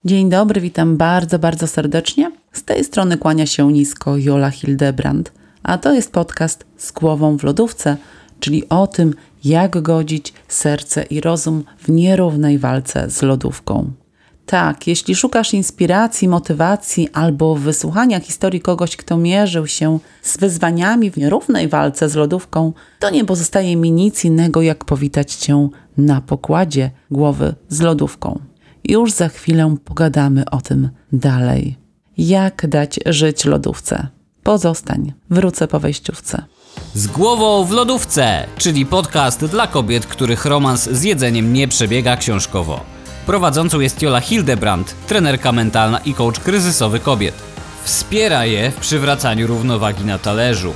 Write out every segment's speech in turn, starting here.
Dzień dobry, witam bardzo, bardzo serdecznie. Z tej strony kłania się nisko Jola Hildebrand, a to jest podcast Z głową w lodówce, czyli o tym, jak godzić serce i rozum w nierównej walce z lodówką. Tak, jeśli szukasz inspiracji, motywacji albo wysłuchania historii kogoś, kto mierzył się z wyzwaniami w nierównej walce z lodówką, to nie pozostaje mi nic innego, jak powitać Cię na pokładzie głowy z lodówką. Już za chwilę pogadamy o tym dalej. Jak dać żyć lodówce? Pozostań, wrócę po wejściówce. Z głową w lodówce, czyli podcast dla kobiet, których romans z jedzeniem nie przebiega książkowo. Prowadzącą jest Jola Hildebrand, trenerka mentalna i coach kryzysowy kobiet. Wspiera je w przywracaniu równowagi na talerzu.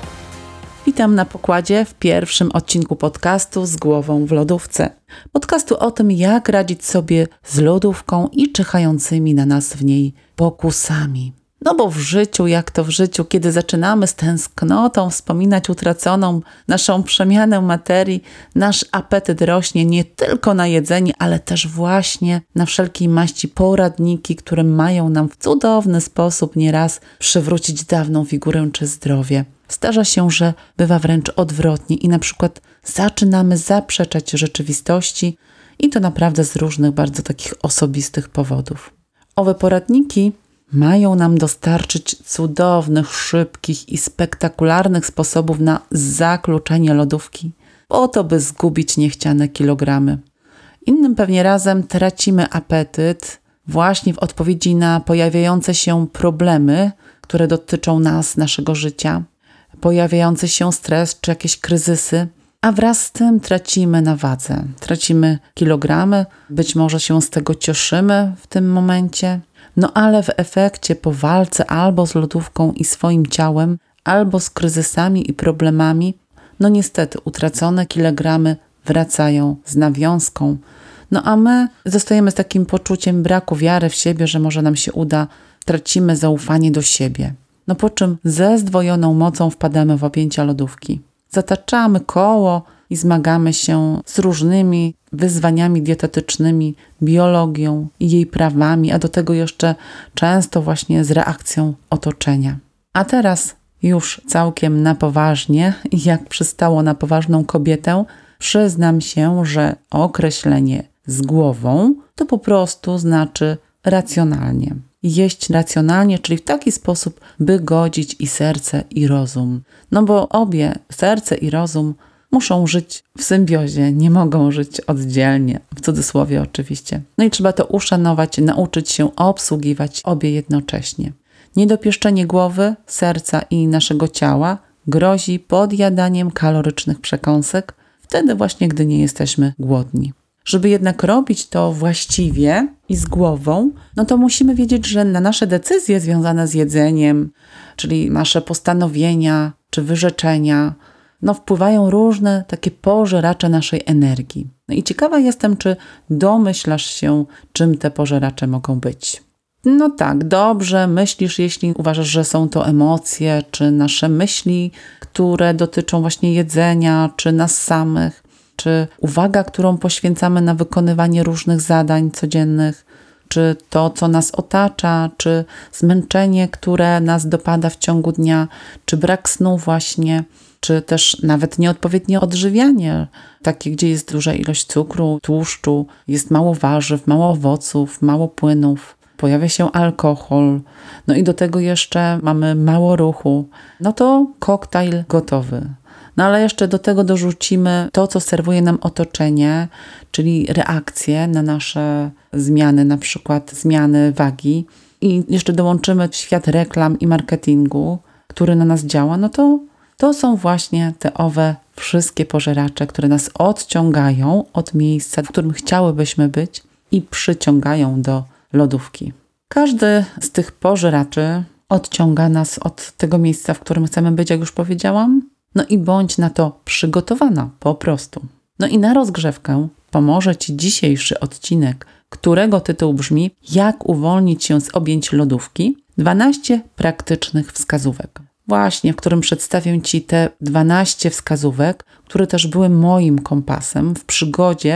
Witam na pokładzie w pierwszym odcinku podcastu Z głową w lodówce. Podcastu o tym, jak radzić sobie z lodówką i czyhającymi na nas w niej pokusami. No bo w życiu, jak to w życiu, kiedy zaczynamy z tęsknotą wspominać utraconą naszą przemianę materii, nasz apetyt rośnie nie tylko na jedzenie, ale też właśnie na wszelkiej maści poradniki, które mają nam w cudowny sposób nieraz przywrócić dawną figurę czy zdrowie. Zdarza się, że bywa wręcz odwrotnie i na przykład zaczynamy zaprzeczać rzeczywistości i to naprawdę z różnych bardzo takich osobistych powodów. Owe poradniki mają nam dostarczyć cudownych, szybkich i spektakularnych sposobów na zakluczenie lodówki, po to, by zgubić niechciane kilogramy. Innym pewnie razem tracimy apetyt właśnie w odpowiedzi na pojawiające się problemy, które dotyczą nas, naszego życia, pojawiający się stres czy jakieś kryzysy, a wraz z tym tracimy na wadze, tracimy kilogramy, być może się z tego cieszymy w tym momencie, no ale w efekcie po walce albo z lodówką i swoim ciałem, albo z kryzysami i problemami, no niestety utracone kilogramy wracają z nawiązką. No a my zostajemy z takim poczuciem braku wiary w siebie, że może nam się uda, tracimy zaufanie do siebie. No po czym ze zdwojoną mocą wpadamy w objęcia lodówki. Zataczamy koło i zmagamy się z różnymi wyzwaniami dietetycznymi, biologią i jej prawami, a do tego jeszcze często właśnie z reakcją otoczenia. A teraz już całkiem na poważnie, jak przystało na poważną kobietę, przyznam się, że określenie z głową to po prostu znaczy racjonalnie. Jeść racjonalnie, czyli w taki sposób, by godzić i serce, i rozum. No bo obie, serce i rozum, muszą żyć w symbiozie, nie mogą żyć oddzielnie, w cudzysłowie oczywiście. No i trzeba to uszanować, nauczyć się obsługiwać obie jednocześnie. Niedopieszczenie głowy, serca i naszego ciała grozi podjadaniem kalorycznych przekąsek, wtedy właśnie, gdy nie jesteśmy głodni. Żeby jednak robić to właściwie i z głową, no to musimy wiedzieć, że na nasze decyzje związane z jedzeniem, czyli nasze postanowienia czy wyrzeczenia, no wpływają różne takie pożeracze naszej energii. No i ciekawa jestem, czy domyślasz się, czym te pożeracze mogą być. No tak, dobrze myślisz, jeśli uważasz, że są to emocje, czy nasze myśli, które dotyczą właśnie jedzenia, czy nas samych, czy uwaga, którą poświęcamy na wykonywanie różnych zadań codziennych, czy to, co nas otacza, czy zmęczenie, które nas dopada w ciągu dnia, czy brak snu właśnie, czy też nawet nieodpowiednie odżywianie, takie, gdzie jest duża ilość cukru, tłuszczu, jest mało warzyw, mało owoców, mało płynów, pojawia się alkohol, no i do tego jeszcze mamy mało ruchu, no to koktajl gotowy. No ale jeszcze do tego dorzucimy to, co serwuje nam otoczenie, czyli reakcje na nasze zmiany, na przykład zmiany wagi i jeszcze dołączymy świat reklam i marketingu, który na nas działa, no to są właśnie te owe wszystkie pożeracze, które nas odciągają od miejsca, w którym chciałybyśmy być i przyciągają do lodówki. Każdy z tych pożeraczy odciąga nas od tego miejsca, w którym chcemy być, jak już powiedziałam. No i bądź na to przygotowana, po prostu. No i na rozgrzewkę pomoże Ci dzisiejszy odcinek, którego tytuł brzmi: Jak uwolnić się z objęć lodówki? 12 praktycznych wskazówek. Właśnie, w którym przedstawię Ci te 12 wskazówek, które też były moim kompasem w przygodzie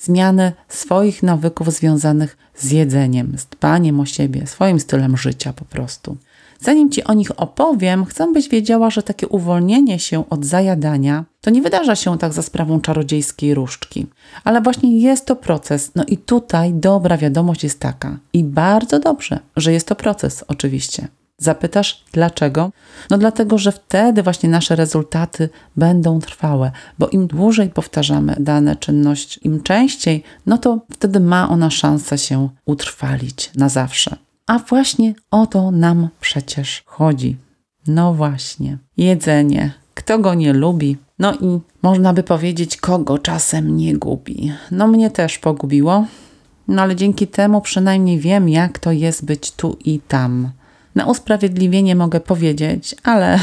zmiany swoich nawyków związanych z jedzeniem, z dbaniem o siebie, swoim stylem życia po prostu. Zanim Ci o nich opowiem, chcę, byś wiedziała, że takie uwolnienie się od zajadania to nie wydarza się tak za sprawą czarodziejskiej różdżki, ale właśnie jest to proces. No i tutaj dobra wiadomość jest taka i bardzo dobrze, że jest to proces oczywiście. Zapytasz dlaczego? No dlatego, że wtedy właśnie nasze rezultaty będą trwałe, bo im dłużej powtarzamy dane czynność, im częściej, no to wtedy ma ona szansę się utrwalić na zawsze. A właśnie o to nam przecież chodzi. No właśnie, jedzenie. Kto go nie lubi? No i można by powiedzieć, kogo czasem nie gubi. No mnie też pogubiło, no ale dzięki temu przynajmniej wiem, jak to jest być tu i tam. Na usprawiedliwienie mogę powiedzieć, ale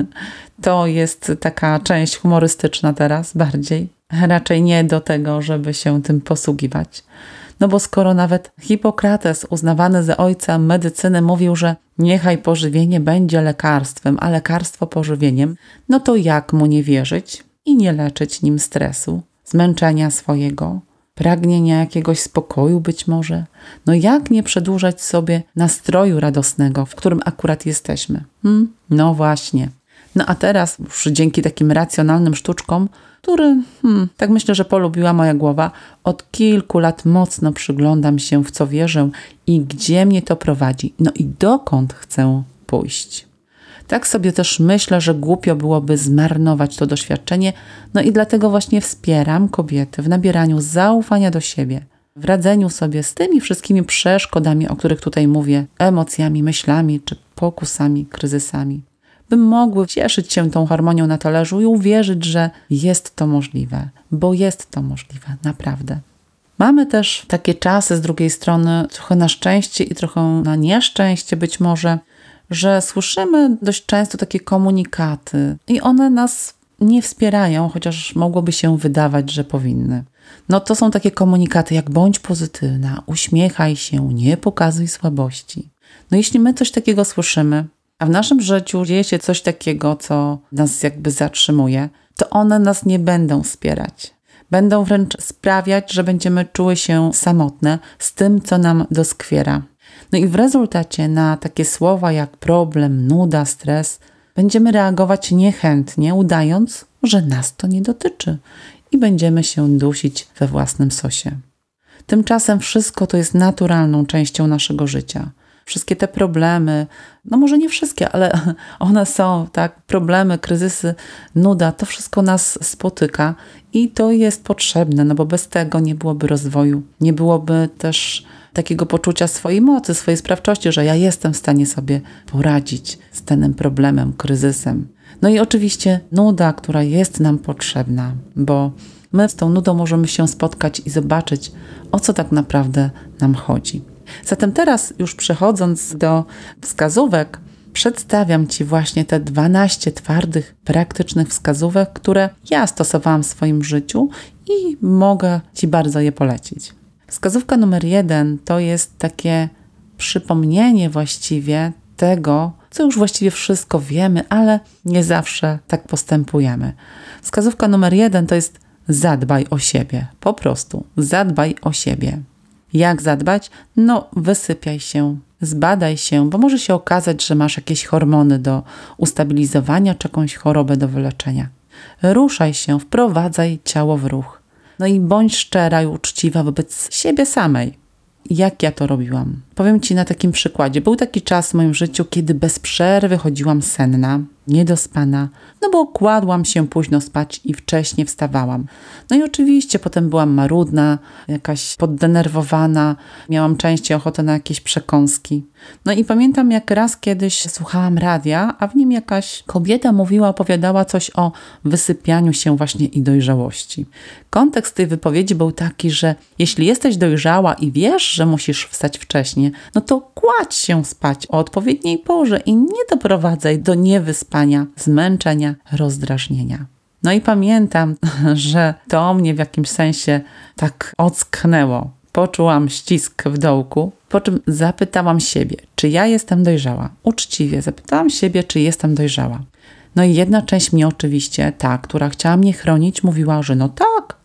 to jest taka część humorystyczna teraz bardziej. Raczej nie do tego, żeby się tym posługiwać. No bo skoro nawet Hipokrates, uznawany za ojca medycyny, mówił, że niechaj pożywienie będzie lekarstwem, a lekarstwo pożywieniem, no to jak mu nie wierzyć i nie leczyć nim stresu, zmęczenia swojego, pragnienia jakiegoś spokoju być może? No jak nie przedłużać sobie nastroju radosnego, w którym akurat jesteśmy? No właśnie. No a teraz już dzięki takim racjonalnym sztuczkom, który, tak myślę, że polubiła moja głowa, od kilku lat mocno przyglądam się, w co wierzę i gdzie mnie to prowadzi, no i dokąd chcę pójść. Tak sobie też myślę, że głupio byłoby zmarnować to doświadczenie, no i dlatego właśnie wspieram kobiety w nabieraniu zaufania do siebie, w radzeniu sobie z tymi wszystkimi przeszkodami, o których tutaj mówię, emocjami, myślami czy pokusami, kryzysami, by mogły cieszyć się tą harmonią na talerzu i uwierzyć, że jest to możliwe, bo jest to możliwe, naprawdę. Mamy też takie czasy z drugiej strony, trochę na szczęście i trochę na nieszczęście być może, że słyszymy dość często takie komunikaty i one nas nie wspierają, chociaż mogłoby się wydawać, że powinny. No to są takie komunikaty jak bądź pozytywna, uśmiechaj się, nie pokazuj słabości. No jeśli my coś takiego słyszymy, a w naszym życiu dzieje się coś takiego, co nas jakby zatrzymuje, to one nas nie będą wspierać. Będą wręcz sprawiać, że będziemy czuły się samotne z tym, co nam doskwiera. No i w rezultacie na takie słowa jak problem, nuda, stres będziemy reagować niechętnie, udając, że nas to nie dotyczy i będziemy się dusić we własnym sosie. Tymczasem wszystko to jest naturalną częścią naszego życia. Wszystkie te problemy, no może nie wszystkie, ale one są, tak? Problemy, kryzysy, nuda, to wszystko nas spotyka i to jest potrzebne, no bo bez tego nie byłoby rozwoju, nie byłoby też takiego poczucia swojej mocy, swojej sprawczości, że ja jestem w stanie sobie poradzić z danym problemem, kryzysem. No i oczywiście nuda, która jest nam potrzebna, bo my z tą nudą możemy się spotkać i zobaczyć, o co tak naprawdę nam chodzi. Zatem teraz już przechodząc do wskazówek, przedstawiam Ci właśnie te 12 twardych, praktycznych wskazówek, które ja stosowałam w swoim życiu i mogę Ci bardzo je polecić. Wskazówka numer 1 to jest takie przypomnienie właściwie tego, co już właściwie wszystko wiemy, ale nie zawsze tak postępujemy. Wskazówka numer 1 to jest zadbaj o siebie. Po prostu zadbaj o siebie. Jak zadbać? No wysypiaj się, zbadaj się, bo może się okazać, że masz jakieś hormony do ustabilizowania czy jakąś chorobę do wyleczenia. Ruszaj się, wprowadzaj ciało w ruch. No i bądź szczera i uczciwa wobec siebie samej. Jak ja to robiłam? Powiem Ci na takim przykładzie. Był taki czas w moim życiu, kiedy bez przerwy chodziłam senna, niedospana, no bo kładłam się późno spać i wcześnie wstawałam. No i oczywiście potem byłam marudna, jakaś poddenerwowana, miałam częściej ochotę na jakieś przekąski. No i pamiętam, jak raz kiedyś słuchałam radia, a w nim jakaś kobieta opowiadała coś o wysypianiu się właśnie i dojrzałości. Kontekst tej wypowiedzi był taki, że jeśli jesteś dojrzała i wiesz, że musisz wstać wcześnie, no to kładź się spać o odpowiedniej porze i nie doprowadzaj do niewyspania, zmęczenia, rozdrażnienia. No i pamiętam, że to mnie w jakimś sensie tak ocknęło. Poczułam ścisk w dołku, po czym zapytałam siebie, czy ja jestem dojrzała. Uczciwie zapytałam siebie, czy jestem dojrzała. No i jedna część mnie oczywiście, ta, która chciała mnie chronić, mówiła, że no tak,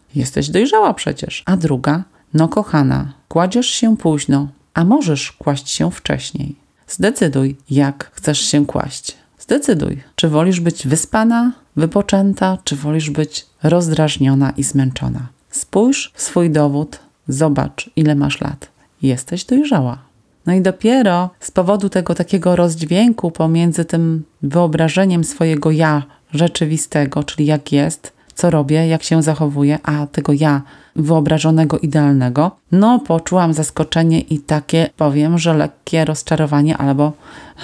Jesteś dojrzała przecież. A druga, no kochana, kładziesz się późno, a możesz kłaść się wcześniej. Zdecyduj, jak chcesz się kłaść. Zdecyduj, czy wolisz być wyspana, wypoczęta, czy wolisz być rozdrażniona i zmęczona. Spójrz w swój dowód, zobacz, ile masz lat. Jesteś dojrzała. No i dopiero z powodu tego takiego rozdźwięku pomiędzy tym wyobrażeniem swojego ja rzeczywistego, czyli jak jest, co robię, jak się zachowuję, a tego ja wyobrażonego, idealnego, no poczułam zaskoczenie i takie, powiem, że lekkie rozczarowanie albo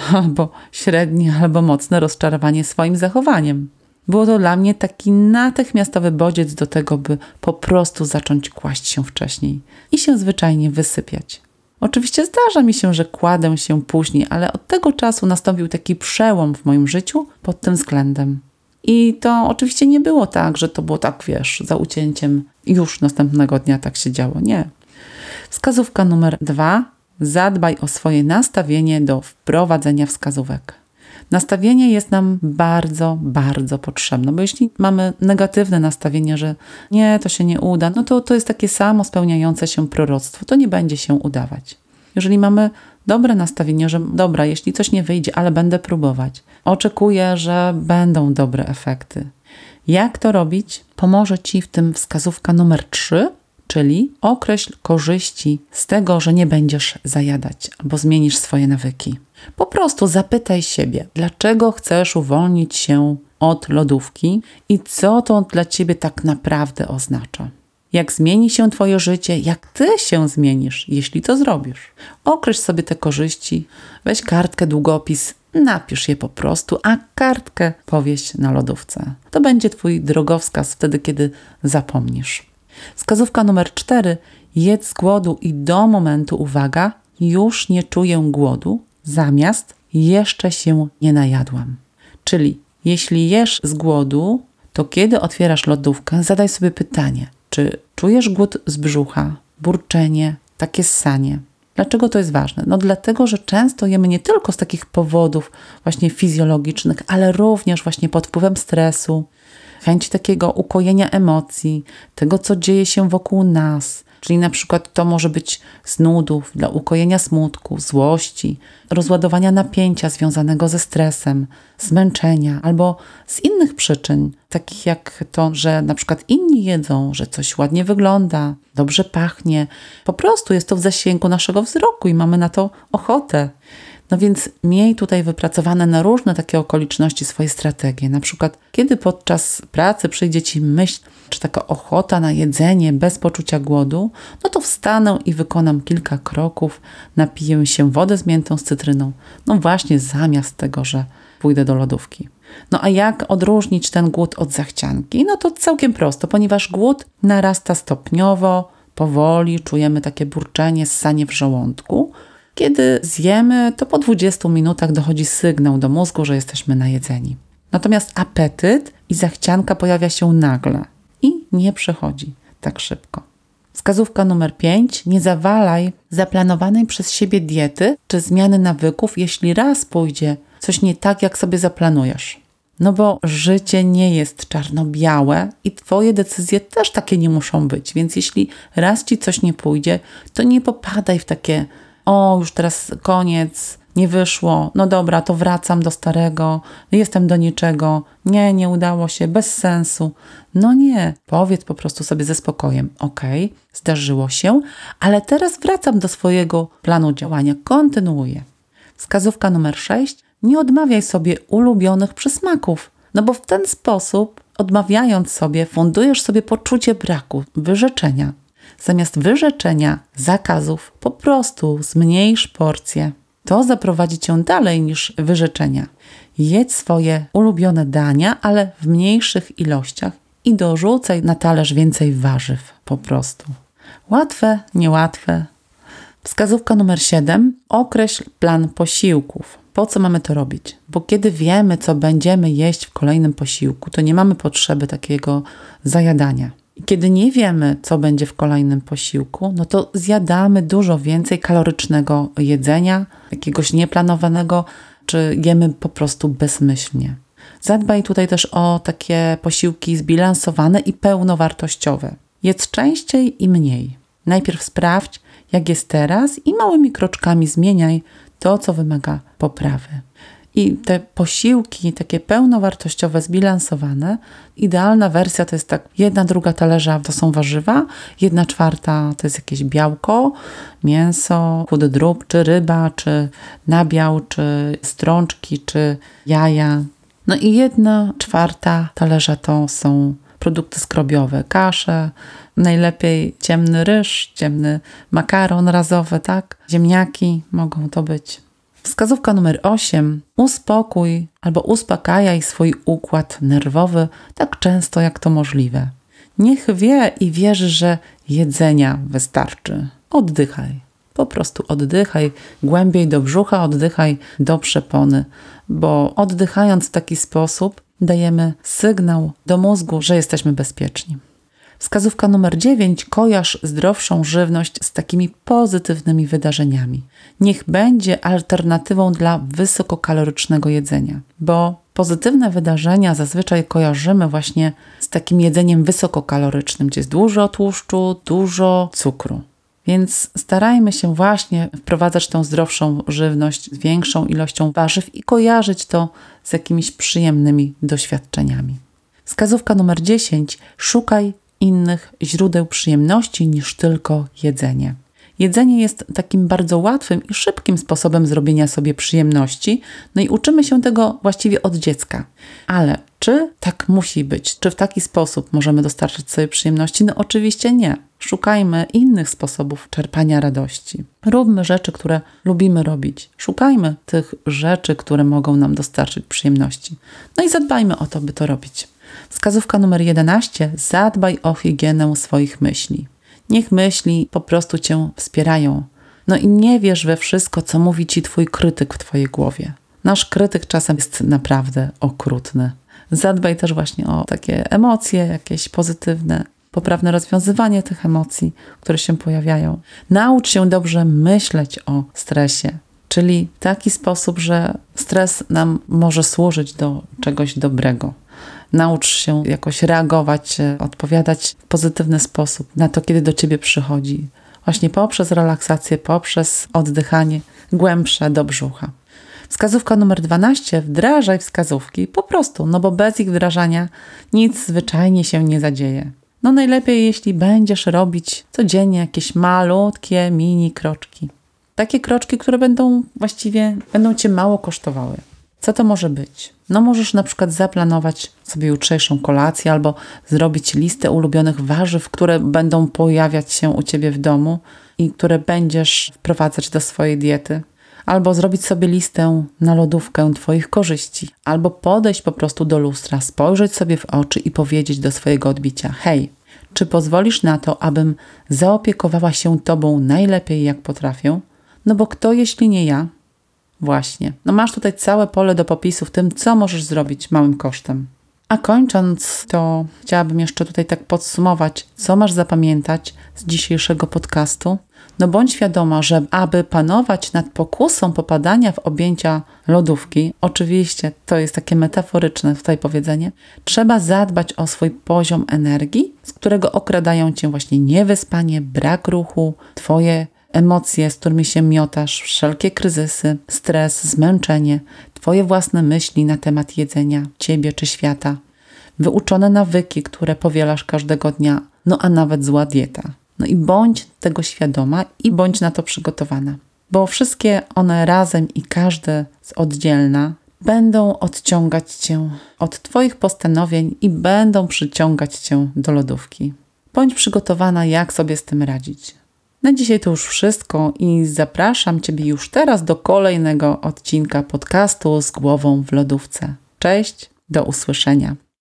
średnie, albo mocne rozczarowanie swoim zachowaniem. Było to dla mnie taki natychmiastowy bodziec do tego, by po prostu zacząć kłaść się wcześniej i się zwyczajnie wysypiać. Oczywiście zdarza mi się, że kładę się później, ale od tego czasu nastąpił taki przełom w moim życiu pod tym względem. I to oczywiście nie było tak, że to było tak, za ucięciem już następnego dnia tak się działo. Nie. Wskazówka numer 2. Zadbaj o swoje nastawienie do wprowadzenia wskazówek. Nastawienie jest nam bardzo, bardzo potrzebne, bo jeśli mamy negatywne nastawienie, że nie, to się nie uda, no to jest takie samo spełniające się proroctwo, to nie będzie się udawać. Jeżeli mamy dobre nastawienie, że dobra, jeśli coś nie wyjdzie, ale będę próbować, oczekuję, że będą dobre efekty. Jak to robić? Pomoże Ci w tym wskazówka numer 3, czyli określ korzyści z tego, że nie będziesz zajadać albo zmienisz swoje nawyki. Po prostu zapytaj siebie, dlaczego chcesz uwolnić się od lodówki i co to dla Ciebie tak naprawdę oznacza. Jak zmieni się Twoje życie, jak Ty się zmienisz, jeśli to zrobisz. Określ sobie te korzyści, weź kartkę, długopis, napisz je po prostu, a kartkę powieś na lodówce. To będzie Twój drogowskaz wtedy, kiedy zapomnisz. Wskazówka numer 4. Jedz z głodu i do momentu, uwaga, już nie czuję głodu, zamiast jeszcze się nie najadłam. Czyli jeśli jesz z głodu, to kiedy otwierasz lodówkę, zadaj sobie pytanie, czy czujesz głód z brzucha, burczenie, takie ssanie. Dlaczego to jest ważne? No dlatego, że często jemy nie tylko z takich powodów właśnie fizjologicznych, ale również właśnie pod wpływem stresu, chęci takiego ukojenia emocji, tego, co dzieje się wokół nas. Czyli na przykład to może być z nudów, dla ukojenia smutku, złości, rozładowania napięcia związanego ze stresem, zmęczenia albo z innych przyczyn, takich jak to, że na przykład inni jedzą, że coś ładnie wygląda, dobrze pachnie. Po prostu jest to w zasięgu naszego wzroku i mamy na to ochotę. No więc miej tutaj wypracowane na różne takie okoliczności swoje strategie. Na przykład, kiedy podczas pracy przyjdzie Ci myśl, czy taka ochota na jedzenie bez poczucia głodu, no to wstanę i wykonam kilka kroków, napiję się wodę z miętą z cytryną. No właśnie zamiast tego, że pójdę do lodówki. No a jak odróżnić ten głód od zachcianki? No to całkiem prosto, ponieważ głód narasta stopniowo, powoli, czujemy takie burczenie, ssanie w żołądku. Kiedy zjemy, to po 20 minutach dochodzi sygnał do mózgu, że jesteśmy najedzeni. Natomiast apetyt i zachcianka pojawia się nagle i nie przychodzi tak szybko. Wskazówka numer 5. Nie zawalaj zaplanowanej przez siebie diety czy zmiany nawyków, jeśli raz pójdzie coś nie tak, jak sobie zaplanujesz. No bo życie nie jest czarno-białe i Twoje decyzje też takie nie muszą być. Więc jeśli raz Ci coś nie pójdzie, to nie popadaj w takie już teraz koniec, nie wyszło, no dobra, to wracam do starego, jestem do niczego, nie udało się, bez sensu. No nie, powiedz po prostu sobie ze spokojem, okej, zdarzyło się, ale teraz wracam do swojego planu działania, kontynuuję. Wskazówka numer 6. Nie odmawiaj sobie ulubionych przysmaków, no bo w ten sposób, odmawiając sobie, fundujesz sobie poczucie braku, wyrzeczenia. Zamiast wyrzeczenia, zakazów, po prostu zmniejsz porcje. To zaprowadzi Cię dalej niż wyrzeczenia. Jedz swoje ulubione dania, ale w mniejszych ilościach i dorzucaj na talerz więcej warzyw po prostu. Łatwe, niełatwe. Wskazówka numer 7. Określ plan posiłków. Po co mamy to robić? Bo kiedy wiemy, co będziemy jeść w kolejnym posiłku, to nie mamy potrzeby takiego zajadania. Kiedy nie wiemy, co będzie w kolejnym posiłku, no to zjadamy dużo więcej kalorycznego jedzenia, jakiegoś nieplanowanego, czy jemy po prostu bezmyślnie. Zadbaj tutaj też o takie posiłki zbilansowane i pełnowartościowe. Jedz częściej i mniej. Najpierw sprawdź, jak jest teraz i małymi kroczkami zmieniaj to, co wymaga poprawy. I te posiłki takie pełnowartościowe, zbilansowane, idealna wersja to jest tak 1/2 talerza to są warzywa, 1/4 to jest jakieś białko, mięso, chudy drób, czy ryba, czy nabiał, czy strączki, czy jaja. No i 1/4 talerza to są produkty skrobiowe, kasze, najlepiej ciemny ryż, ciemny makaron razowy, tak? Ziemniaki mogą to być. Wskazówka numer 8. Uspokój albo uspokajaj swój układ nerwowy tak często, jak to możliwe. Niech wie i wierzy, że jedzenia wystarczy. Oddychaj. Po prostu oddychaj głębiej do brzucha, oddychaj do przepony, bo oddychając w taki sposób dajemy sygnał do mózgu, że jesteśmy bezpieczni. Wskazówka numer 9. Kojarz zdrowszą żywność z takimi pozytywnymi wydarzeniami. Niech będzie alternatywą dla wysokokalorycznego jedzenia, bo pozytywne wydarzenia zazwyczaj kojarzymy właśnie z takim jedzeniem wysokokalorycznym, gdzie jest dużo tłuszczu, dużo cukru. Więc starajmy się właśnie wprowadzać tą zdrowszą żywność z większą ilością warzyw i kojarzyć to z jakimiś przyjemnymi doświadczeniami. Wskazówka numer 10. Szukaj innych źródeł przyjemności niż tylko jedzenie. Jedzenie jest takim bardzo łatwym i szybkim sposobem zrobienia sobie przyjemności, no i uczymy się tego właściwie od dziecka. Ale czy tak musi być? Czy w taki sposób możemy dostarczyć sobie przyjemności? No oczywiście nie. Szukajmy innych sposobów czerpania radości. Róbmy rzeczy, które lubimy robić. Szukajmy tych rzeczy, które mogą nam dostarczyć przyjemności. No i zadbajmy o to, by to robić. Wskazówka numer 11. Zadbaj o higienę swoich myśli. Niech myśli po prostu Cię wspierają. No i nie wierz we wszystko, co mówi Ci Twój krytyk w Twojej głowie. Nasz krytyk czasem jest naprawdę okrutny. Zadbaj też właśnie o takie emocje, jakieś pozytywne, poprawne rozwiązywanie tych emocji, które się pojawiają. Naucz się dobrze myśleć o stresie, czyli w taki sposób, że stres nam może służyć do czegoś dobrego. Naucz się jakoś reagować, odpowiadać w pozytywny sposób na to, kiedy do Ciebie przychodzi. Właśnie poprzez relaksację, poprzez oddychanie głębsze do brzucha. Wskazówka numer 12. Wdrażaj wskazówki po prostu, no bo bez ich wdrażania nic zwyczajnie się nie zadzieje. No najlepiej, jeśli będziesz robić codziennie jakieś malutkie mini kroczki. Takie kroczki, które będą Cię mało kosztowały. Co to może być? No możesz na przykład zaplanować sobie jutrzejszą kolację albo zrobić listę ulubionych warzyw, które będą pojawiać się u Ciebie w domu i które będziesz wprowadzać do swojej diety. Albo zrobić sobie listę na lodówkę Twoich korzyści. Albo podejść po prostu do lustra, spojrzeć sobie w oczy i powiedzieć do swojego odbicia: hej, czy pozwolisz na to, abym zaopiekowała się Tobą najlepiej jak potrafię? No bo kto jeśli nie ja? Właśnie. No masz tutaj całe pole do popisu w tym, co możesz zrobić małym kosztem. A kończąc, to chciałabym jeszcze tutaj tak podsumować, co masz zapamiętać z dzisiejszego podcastu. No bądź świadoma, że aby panować nad pokusą popadania w objęcia lodówki, oczywiście to jest takie metaforyczne tutaj powiedzenie, trzeba zadbać o swój poziom energii, z którego okradają Cię właśnie niewyspanie, brak ruchu, Twoje emocje, z którymi się miotasz, wszelkie kryzysy, stres, zmęczenie, Twoje własne myśli na temat jedzenia, Ciebie czy świata, wyuczone nawyki, które powielasz każdego dnia, no a nawet zła dieta. No i bądź tego świadoma i bądź na to przygotowana, bo wszystkie one razem i każde z oddzielna będą odciągać Cię od Twoich postanowień i będą przyciągać Cię do lodówki. Bądź przygotowana, jak sobie z tym radzić. Na dzisiaj to już wszystko i zapraszam Ciebie już teraz do kolejnego odcinka podcastu Z głową w lodówce. Cześć, do usłyszenia.